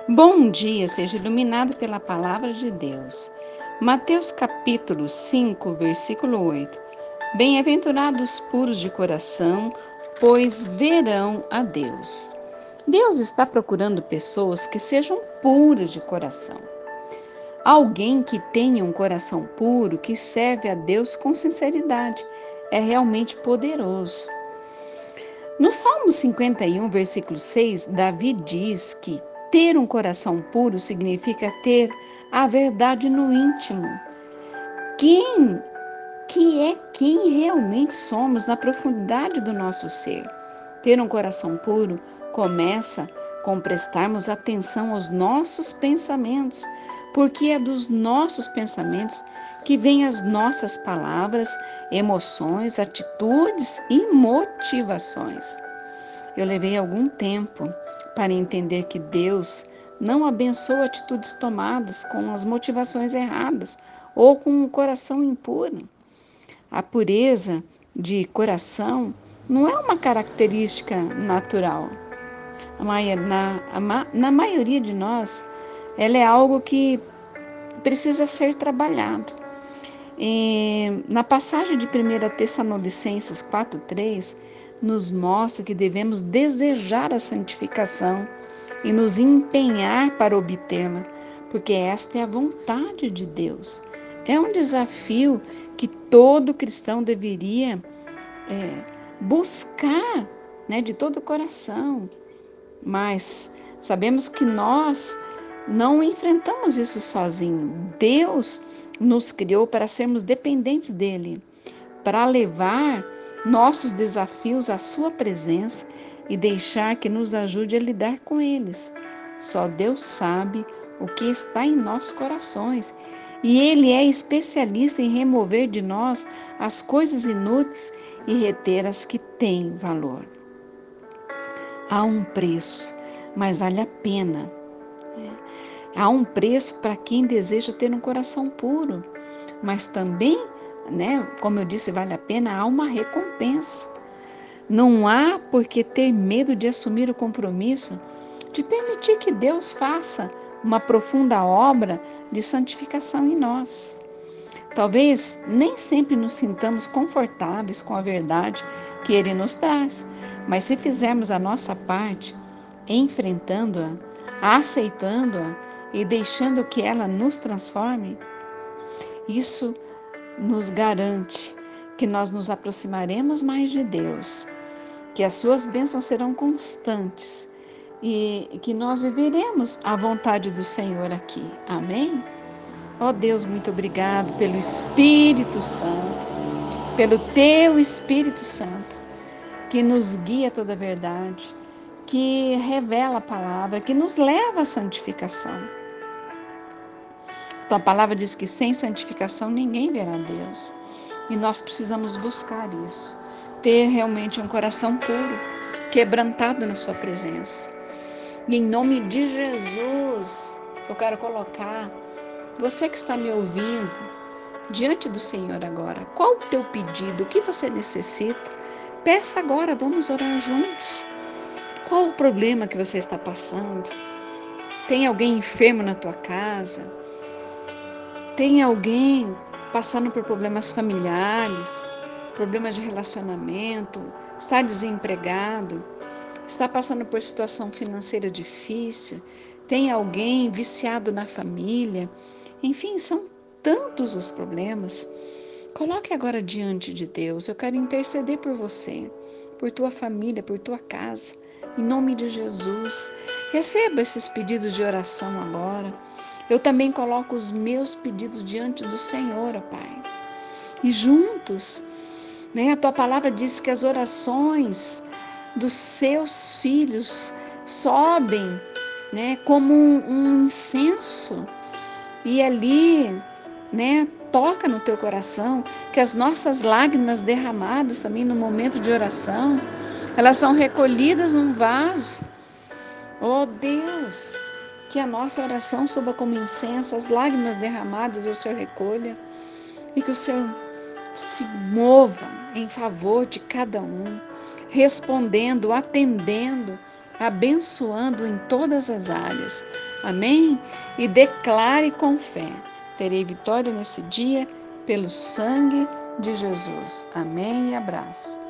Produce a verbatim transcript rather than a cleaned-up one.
Bom dia, seja iluminado pela palavra de Deus. Mateus capítulo cinco, versículo oito. Bem-aventurados puros de coração, pois verão a Deus. Deus está procurando pessoas que sejam puras de coração. Alguém que tenha um coração puro, que serve a Deus com sinceridade, é realmente poderoso. No Salmo cinquenta e um, versículo seis, Davi diz que ter um coração puro significa ter a verdade no íntimo. Quem que é quem realmente somos na profundidade do nosso ser? Ter um coração puro começa com prestarmos atenção aos nossos pensamentos, porque é dos nossos pensamentos que vêm as nossas palavras, emoções, atitudes e motivações. Eu levei algum tempo para entender que Deus não abençoa atitudes tomadas com as motivações erradas ou com um coração impuro. A pureza de coração não é uma característica natural. Na, na maioria de nós, ela é algo que precisa ser trabalhado. E, na passagem de primeira Tessalonicenses quatro, três, nos mostra que devemos desejar a santificação e nos empenhar para obtê-la, porque esta é a vontade de Deus. É um desafio que todo cristão deveria é, buscar, né, de todo o coração. Mas sabemos que nós não enfrentamos isso sozinho. Deus nos criou para sermos dependentes dele, para levar nossos desafios à sua presença e deixar que nos ajude a lidar com eles. Só Deus sabe o que está em nossos corações e Ele é especialista em remover de nós as coisas inúteis e reter as que têm valor. Há um preço, mas vale a pena. Há um preço para quem deseja ter um coração puro, mas também, né, como eu disse, vale a pena, há uma recompensa. Não há por que ter medo de assumir o compromisso de permitir que Deus faça uma profunda obra de santificação em nós. Talvez nem sempre nos sintamos confortáveis com a verdade que Ele nos traz, mas se fizermos a nossa parte, enfrentando-a, aceitando-a e deixando que ela nos transforme, isso nos garante que nós nos aproximaremos mais de Deus, que as suas bênçãos serão constantes e que nós viveremos a vontade do Senhor aqui. Amém? Ó Deus, muito obrigado pelo Espírito Santo, pelo Teu Espírito Santo, que nos guia a toda a verdade, que revela a palavra, que nos leva à santificação. Tua palavra diz que sem santificação ninguém verá Deus. E nós precisamos buscar isso. Ter realmente um coração puro, quebrantado na sua presença. E em nome de Jesus, eu quero colocar você que está me ouvindo diante do Senhor agora. Qual o teu pedido? O que você necessita? Peça agora, vamos orar juntos. Qual o problema que você está passando? Tem alguém enfermo na tua casa? Tem alguém passando por problemas familiares, problemas de relacionamento, está desempregado, está passando por situação financeira difícil, tem alguém viciado na família, enfim, são tantos os problemas. Coloque agora diante de Deus, eu quero interceder por você, por tua família, por tua casa, em nome de Jesus. Receba esses pedidos de oração agora. Eu também coloco os meus pedidos diante do Senhor, ó Pai. E juntos, né, a tua palavra diz que as orações dos seus filhos sobem, né, como um, um incenso. E ali, né, toca no teu coração que as nossas lágrimas derramadas também no momento de oração, elas são recolhidas num vaso. Oh Deus, que a nossa oração suba como incenso, as lágrimas derramadas o Senhor recolha e que o Senhor se mova em favor de cada um, respondendo, atendendo abençoando em todas as áreas. Amém? E declare com fé: terei vitória nesse dia pelo sangue de Jesus. Amém e abraço.